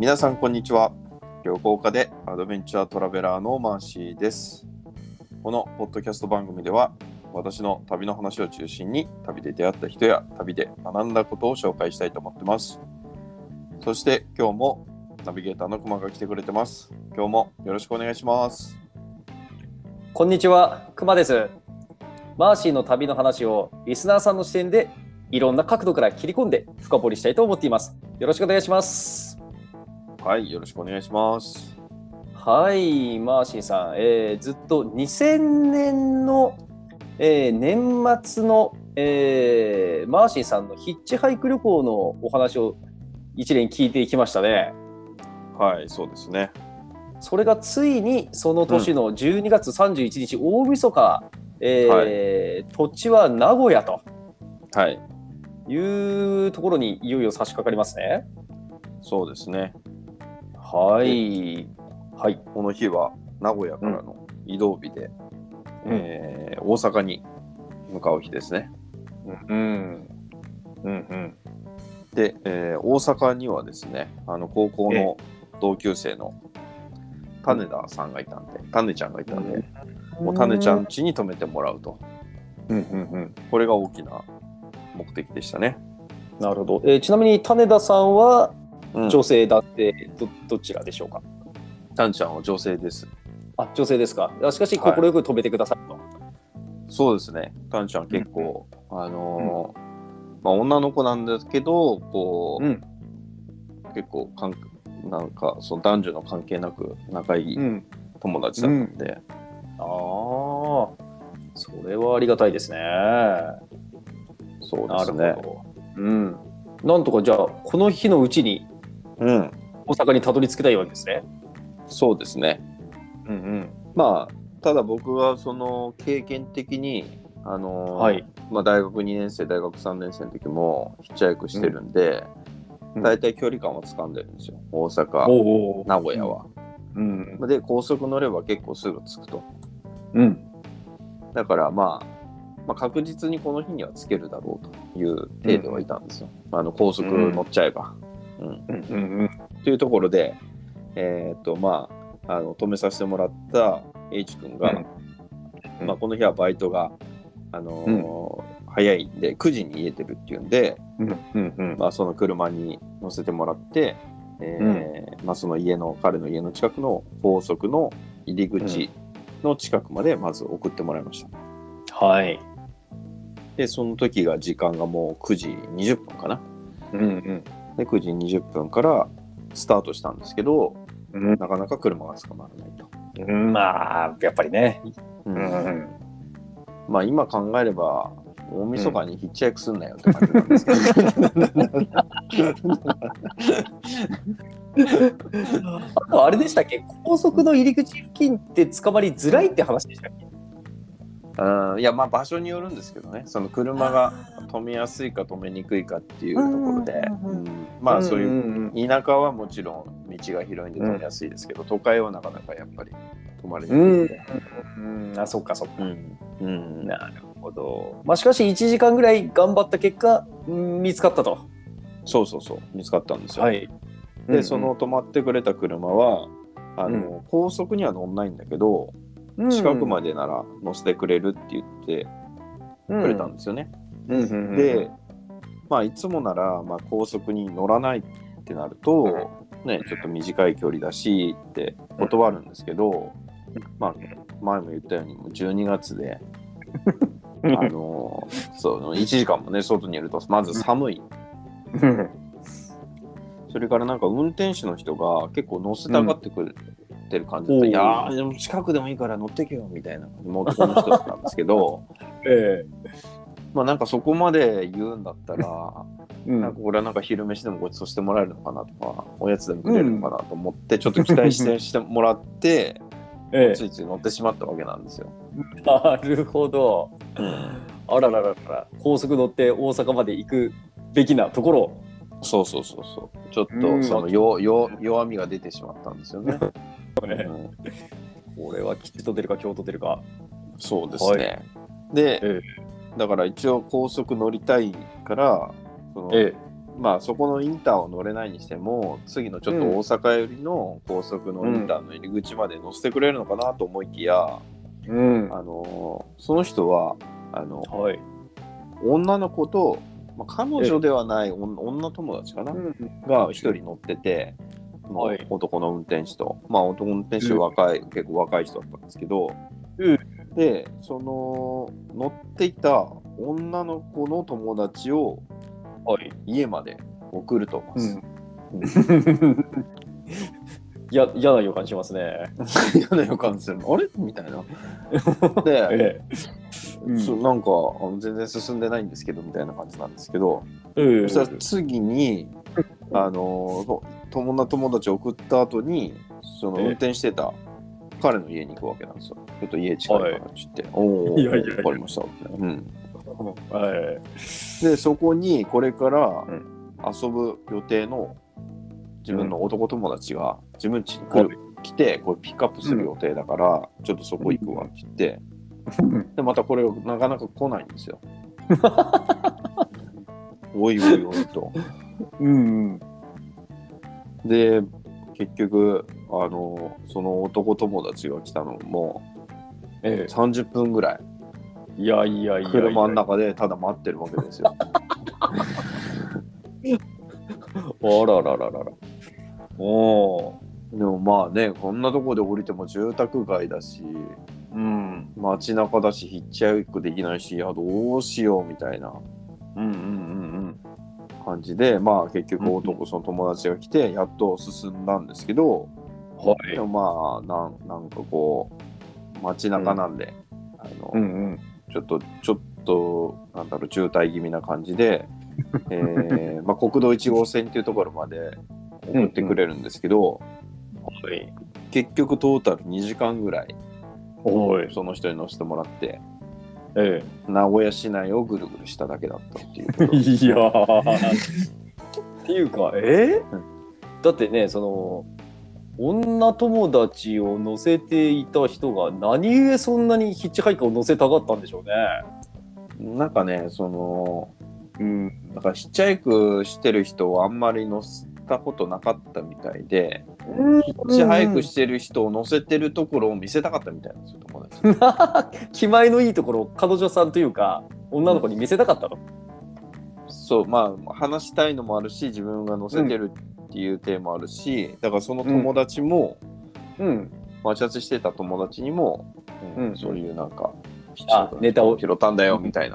皆さんこんにちは。旅行家でアドベンチャートラベラーのマーシーです。このポッドキャスト番組では私の旅の話を中心に旅で出会った人や旅で学んだことを紹介したいと思ってます。そして今日もナビゲーターのくまが来てくれてます。今日もよろしくお願いします。 こんにちは、くまです。マーシーの旅の話をリスナーさんの視点でいろんな角度から切り込んで深掘りしたいと思っています。よろしくお願いします。 はい、よろしくお願いします。 はい、マーシーさん、ずっと2000年の、年末の、マーシーさんのヒッチハイク旅行のお話を一連聞いていきましたね。 はい、そうですね。 それがついにその年の12月31日、大晦日、土地は名古屋というところにいよいよ差し掛かりますね。 そうですね。 はい、はい、 この日は名古屋からの移動日で、大阪に向かう日ですね。で、大阪にはですね、高校の同級生の種田さんがいたんで、種ちゃんがいたんで、もう種ちゃん家に泊めてもらうと、これが大きな目的でしたね。 なるほど。ちなみに種田さんは女性だって、どちらでしょうか？ 種ちゃんは女性です。 あ、女性ですか。しかし快く止めてくださいと。 そうですね。種ちゃん結構、女の子なんですけど、こう、結構なんかその男女の関係なく仲いい友達だったんで、 ああ、それはありがたいですね。 そうですね。 なんとかじゃあこの日のうちに大阪にたどり着きたいわけですね。 そうですね。まあただ僕はその経験的に大学2年生大学3年生の時もヒッチハイクしてるんで、だいたい距離感は掴んでるんですよ。大阪、名古屋は。で高速乗れば結構すぐ着くと。だからまあ確実にこの日には着けるだろうという体ではいたんですよ。高速乗っちゃえば。というところで、止めさせてもらった H 君が、この日はバイトが、早いんで9時に家出るっていうんで、その車に乗せてもらって、その彼の家の近くの高速の入り口の近くまでまず送ってもらいました。 はい。 でその時が時間がもう9時20分かな。で9時20分からスタートしたんですけど、なかなか車が捕まらないと。 まあやっぱりね。 まあ今考えれば大晦日にヒッチハイクすんなよって感じなんですけど、 あとあれでしたっけ、高速の入り口付近って捕まりづらいって話でしたっけ？ いや場所によるんですけどね、その車が止めやすいか止めにくいかっていうところで、そういう田舎はもちろん道が広いんで止めやすいですけど、都会はなかなかやっぱり止まりにくいんで。 そっかそっか。なるほど。しかし1時間ぐらい頑張った結果、見つかったと。 そう見つかったんですよ。でその止まってくれた車は高速には乗んないんだけど、近くまでなら乗せてくれるって言ってくれたんですよね。で、いつもなら高速に乗らないってなると、ちょっと短い距離だしって断るんですけど、前も言ったようにもう12月で1時間もね外にいるとまず寒い。それからなんか運転手の人が結構乗せたがってくれてる感じだった。いやーでも近くでもいいから乗ってけよみたいな男の人だったんですけど、なんかそこまで言うんだったら、なんかこれはなんか昼飯でもごちそうしてもらえるのかなとか、おやつでもくれるのかなと思ってちょっと期待してもらって、ついつい乗ってしまったわけなんですよ。 なるほど。あらららら、高速乗って大阪まで行くべきなところ。 そうちょっとその弱みが出てしまったんですよね。 これは吉と出るか京と出るか。 そうですね。で、だから一応高速乗りたいからそのまあそこのインターを乗れないにしても、次のちょっと大阪寄りの高速のインターの入り口まで乗せてくれるのかなと思いきや、 うん、 その人ははい、 女の子と、まあ、彼女ではない女友達かな、が一人乗ってて、 はい、 男の運転手と、まあ男の運転手は結構若い人だったんですけど、でその乗っていた女の子の友達を家まで送ると思います。 嫌な予感しますね。 嫌な予感するの。あれみたいな。で、なんか全然進んでないんですけどみたいな感じなんですけど、そしたら次に友達を送った後にその運転してた彼の家に行くわけなんですよ。ちょっと家近いからって言って、おお、わかりましたって、でそこにこれから遊ぶ予定の自分の男友達が自分家に来てこれピックアップする予定だから、ちょっとそこ行くわって言って、でまたこれをなかなか来ないんですよ。おいおいおいと。で結局その男友達が来たのも30分ぐらい車の中でただ待ってるわけですよ。 あららららら。 でもまあね、こんなとこで降りても住宅街だし、街中だしヒッチハイクできないし、いやどうしようみたいな感じで、まあ結局その友達が来てやっと進んだんですけど、でもまあなんかこう街中なんで、ちょっとなんだろう渋滞気味な感じで、まあ、国道1号線っていうところまで送ってくれるんですけど、結局トータル2時間ぐらいその人に乗せてもらって、名古屋市内をぐるぐるしただけだったっていうことです。 いやっていうかだってね、その女友達を乗せていた人が何故そんなにヒッチハイカーを乗せたかったんでしょうね。 なんかね、だからヒッチハイクしてる人をあんまり乗せたことなかったみたいで、ヒッチハイクしてる人を乗せてるところを見せたかったみたいなんですよ、友達。 気前のいいところを彼女さんというか女の子に見せたかったの。 そう、まあ話したいのもあるし、自分が乗せてるっていうテーマもあるし、だからその友達も、待ち合わせしてた友達にも、そういうなんかネタを拾ったんだよみたいな。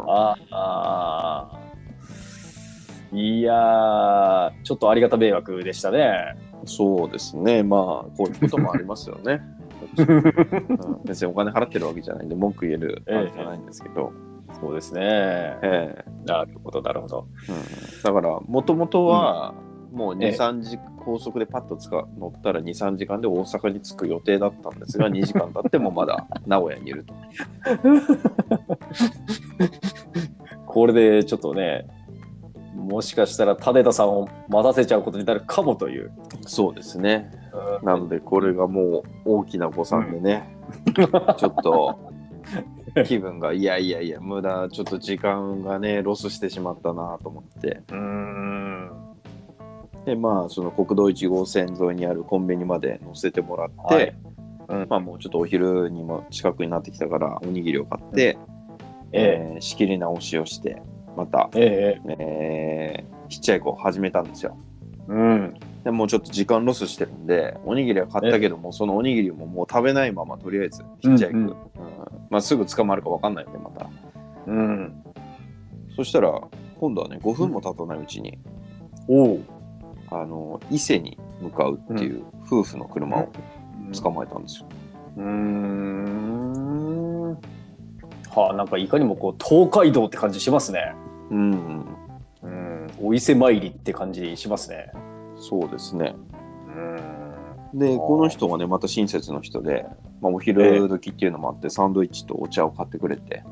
いやー、ちょっとありがた迷惑でしたね。 そうですね。まあこういうこともありますよね。別にお金払ってるわけじゃないんで文句言えるわけじゃないんですけど。 そうですね。なるほどなるほど。 だからもともとはもう2、3時高速でパッと乗ったら2、3時間で大阪に着く予定だったんですが、2時間経ってもまだ名古屋にいると。 これでちょっとね、もしかしたら種田さんを待たせちゃうことになるかもという。 そうですね。なのでこれがもう大きな誤算でね、ちょっと気分がいや無駄、ちょっと時間がねロスしてしまったなと思って。でまあその国道1号線沿いにあるコンビニまで乗せてもらって、まあもうちょっとお昼にも近くになってきたからおにぎりを買って、仕切り直しをしてまた、ヒッチハイクを始めたんですよ。でもうちょっと時間ロスしてるんでおにぎりは買ったけども、そのおにぎりももう食べないままとりあえずヒッチハイク、まあすぐ捕まるか分かんないんでまた、そしたら今度はね5分も経たないうちに、伊勢に向かうっていう夫婦の車を捕まえたんですよ。 なんかいかにもこう東海道って感じしますね。お伊勢参りって感じしますね。 そうですね。でこの人がねまた親切の人で、まあ、お昼時っていうのもあって、サンドイッチとお茶を買ってくれて、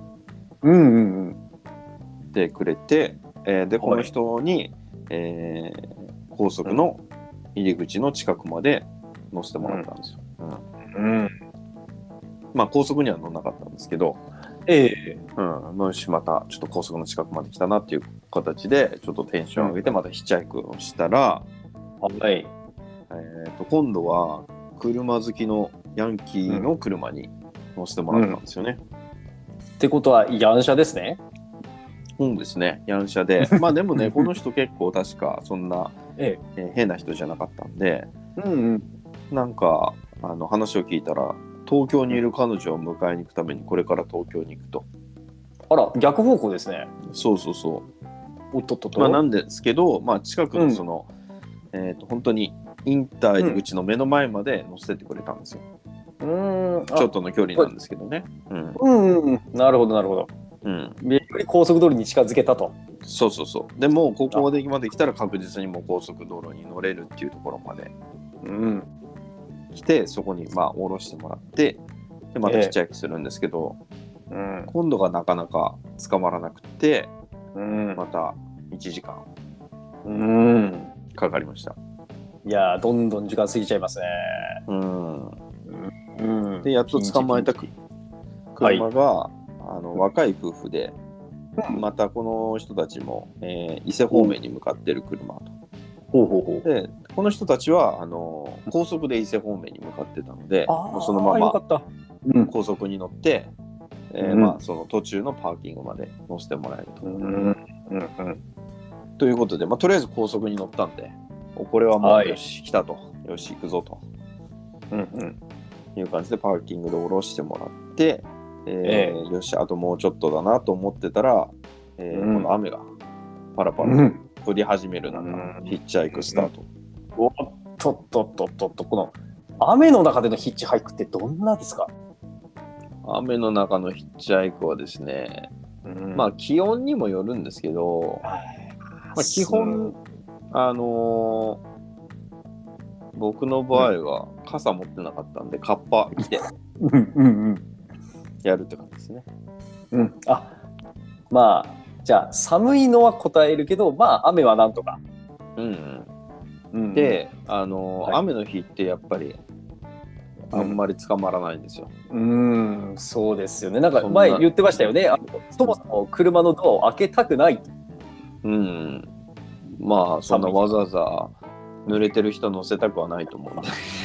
でくれて、でこの人に、高速の入り口の近くまで乗せてもらったんですよ。まあ高速には乗らなかったんですけど、 よし、またちょっと高速の近くまで来たなっていう形で、ちょっとテンション上げて、またヒッチハイクをしたら、 はい。 今度は車好きのヤンキーの車に乗せてもらったんですよね。 ってことは、ヤン車ですね。 そうですね、ヤン車で。まあでもね、この人結構確かそんな、変な人じゃなかったんで、なんか話を聞いたら、東京にいる彼女を迎えに行くためにこれから東京に行くと。 あら、逆方向ですね。 そうそうそう。 おっとっとっと。 まあなんですけど、まあ近くのその、本当にインター口の目の前まで乗せてってくれたんですよ。ちょっとの距離なんですけどね。 なるほどなるほど。びっくり高速道路に近づけたと。 そうそうそう。でもここまで来たら確実にもう高速道路に乗れるっていうところまで来て、そこにまあ降ろしてもらって、でまたヒッチハイクするんですけど、今度がなかなか捕まらなくて、また1時間かかりました。 いやー、どんどん時間過ぎちゃいますね。 でやっと捕まえた車が、若い夫婦で、またこの人たちも、伊勢方面に向かってる車と。でこの人たちは高速で伊勢方面に向かってたので、もうそのまま高速に乗って、まあ、その途中のパーキングまで乗せてもらえると。ということで、まあ、とりあえず高速に乗ったんで、これはもうよし、来たと、よし行くぞと、いう感じでパーキングで降ろしてもらって、よしあともうちょっとだなと思ってたら、この雨がパラパラ降り始める中、ヒッチハイクスタート。 おっとっとっとっとっと、この雨の中でのヒッチハイクってどんなですか？ 雨の中のヒッチハイクはですね、まあ気温にもよるんですけど、まあ、基本僕の場合は傘持ってなかったんで、カッパ着てやるって感じですね。 まあじゃあ寒いのは答えるけど、まあ雨はなんとか。 で雨の日ってやっぱりあんまり捕まらないんですよ。 そうですよね。なんか前言ってましたよね。そもそも車のドアを開けたくない。 まあそんなわざわざ濡れてる人乗せたくはないと思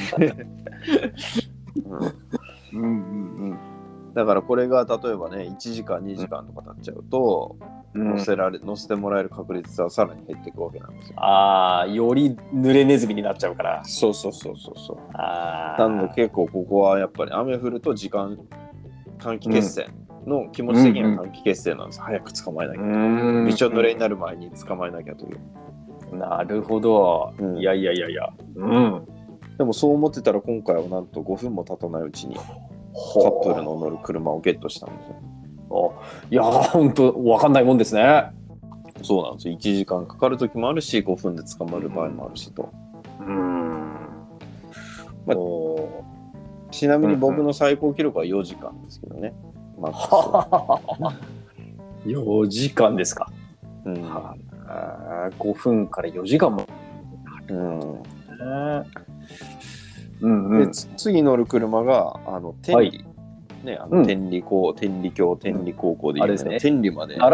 うんで。だからこれが例えばね1時間2時間とか経っちゃうと、乗せてもらえる確率はさらに減っていくわけなんですよ。 より濡れネズミになっちゃうから。 そう。なので結構ここはやっぱり雨降ると短期決戦の気持ち的には短期決戦なんです。早く捕まえなきゃ。びちょ濡れになる前に捕まえなきゃという。 なるほど。いや。 でもそう思ってたら今回はなんと5分も経たないうちにカップルの乗る車をゲットしたんですよ。 いや本当分かんないもんですね。 そうなんですよ。1時間かかる時もあるし、5分で捕まる場合もあるしと。ちなみに僕の最高記録は4時間ですけどね。 4時間ですか。5分から4時間も。 で次乗る車が天理、天理高校で有名な天理まで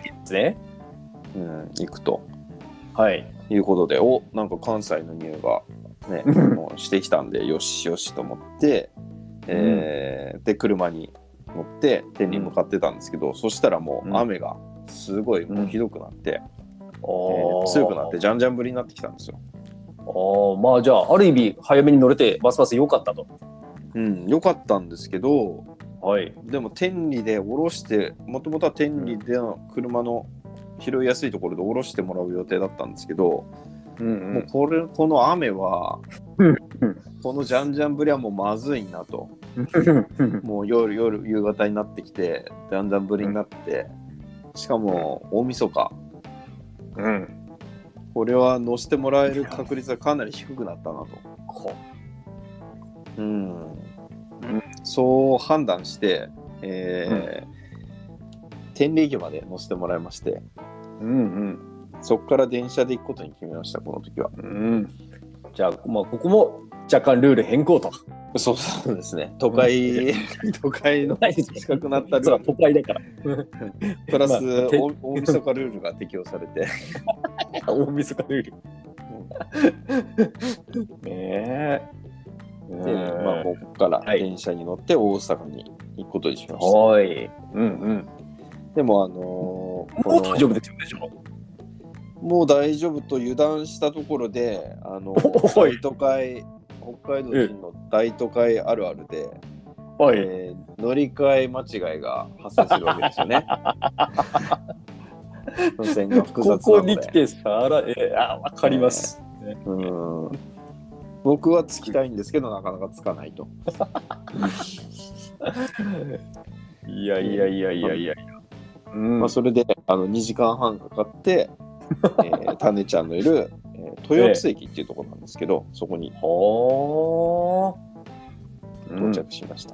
行くということで、なんか関西の匂いがねしてきたんで、よしよしと思って、で車に乗って天理に向かってたんですけど、そしたらもう雨がすごいもうひどくなって、強くなってじゃんじゃん降りになってきたんですよ。 まあじゃあある意味早めに乗れてますます良かったと。 良かったんですけど、でも天理で降ろして、もともとは天理での車の拾いやすいところで降ろしてもらう予定だったんですけど、もうこの雨はこのじゃんじゃん降りはもうまずいなともう夕方になってきてじゃんじゃん降りになって、しかも大晦日、これは乗せてもらえる確率がかなり低くなったなと。そう判断して、天理駅まで乗せてもらいまして、そこから電車で行くことに決めました、この時は。 じゃあ、ここも若干ルール変更と。 そうですね。都会の近くなったルール。 都会だから。 プラス、大晦日ルールが適用されて。 大晦日ルール。ねで、まあ、ここから電車に乗って大阪に行くことにしました。 はい。 でも、 もう大丈夫ですよね、 もう大丈夫と油断したところで、大都会、北海道人の大都会あるあるで、乗り換え間違いが発生するわけですよね。路線が複雑なので。 ここに来てわかります。 僕は着きたいんですけど、なかなか着かないと。 いや。 まあ、それで2時間半かかって、タネちゃんのいる、豊洲駅っていうところなんですけど、そこに到着しました。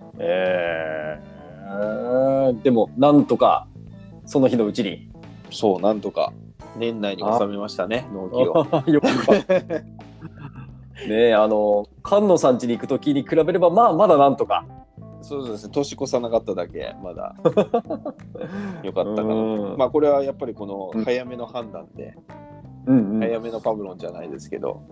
でもなんとかその日のうちに。 そう、なんとか年内に収めましたね、納期を。 よかった。ねえ、菅野さん家に行くときに比べれば、まだなんとか。 そうですね、年越さなかっただけ、まだよかったかな。まあ、これはやっぱりこの早めの判断で、早めのパブロンじゃないですけど、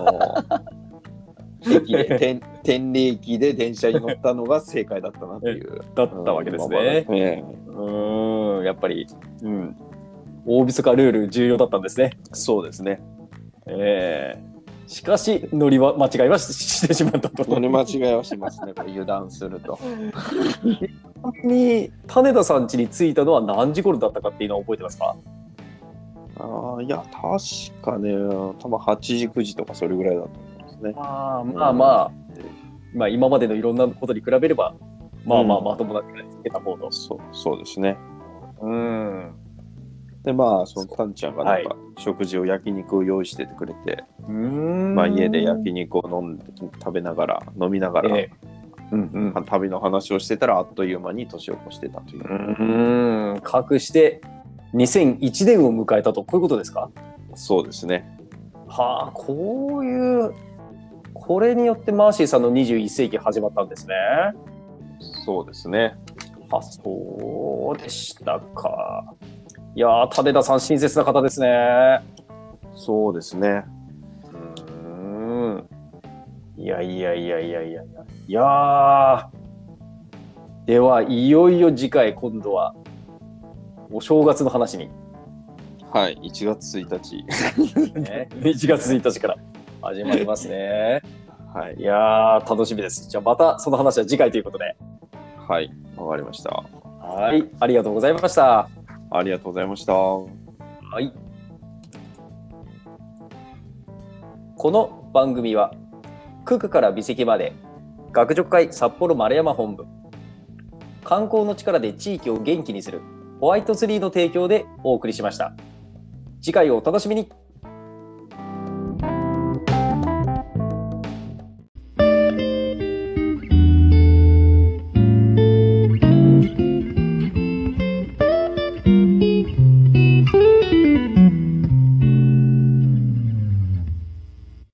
天理駅で電車に乗ったのが正解だったなっていう。 だったわけですね。やっぱり、大晦日ルール重要だったんですね。 そうですね。 しかし乗りは間違いはしてしまったと。 乗り間違いはしますね。これ油断すると。 に種田さん家に着いたのは何時頃だったかっていうのは覚えてますか？ いや、確かね、多分8時9時とかそれぐらいだと思いますね。 まあ今までのいろんなことに比べればまともなくらいつけた方と。 そうですね。でまあそのタンちゃんがなんか食事を焼肉を用意しててくれて、まあ家で焼肉を飲みながら、旅の話をしてたらあっという間に年を越してたという。 かくして2001年を迎えたと、こういうことですか？ そうですね。 これによってマーシーさんの21世紀始まったんですね。 そうですね。 そうでしたか。いやー、種田さん親切な方ですね。 そうですね。 いや。ではいよいよ次回、今度はお正月の話に。 はい、1月1日。 1月1日から始まりますね。 はい。 いやー、楽しみです。じゃあまたその話は次回ということで。 はい、わかりました。 はい、ありがとうございました。 ありがとうございました。 はい。この番組は九九から美石まで学術会札幌丸山本部、観光の力で地域を元気にするホワイトツリーの提供でお送りしました。次回をお楽しみに。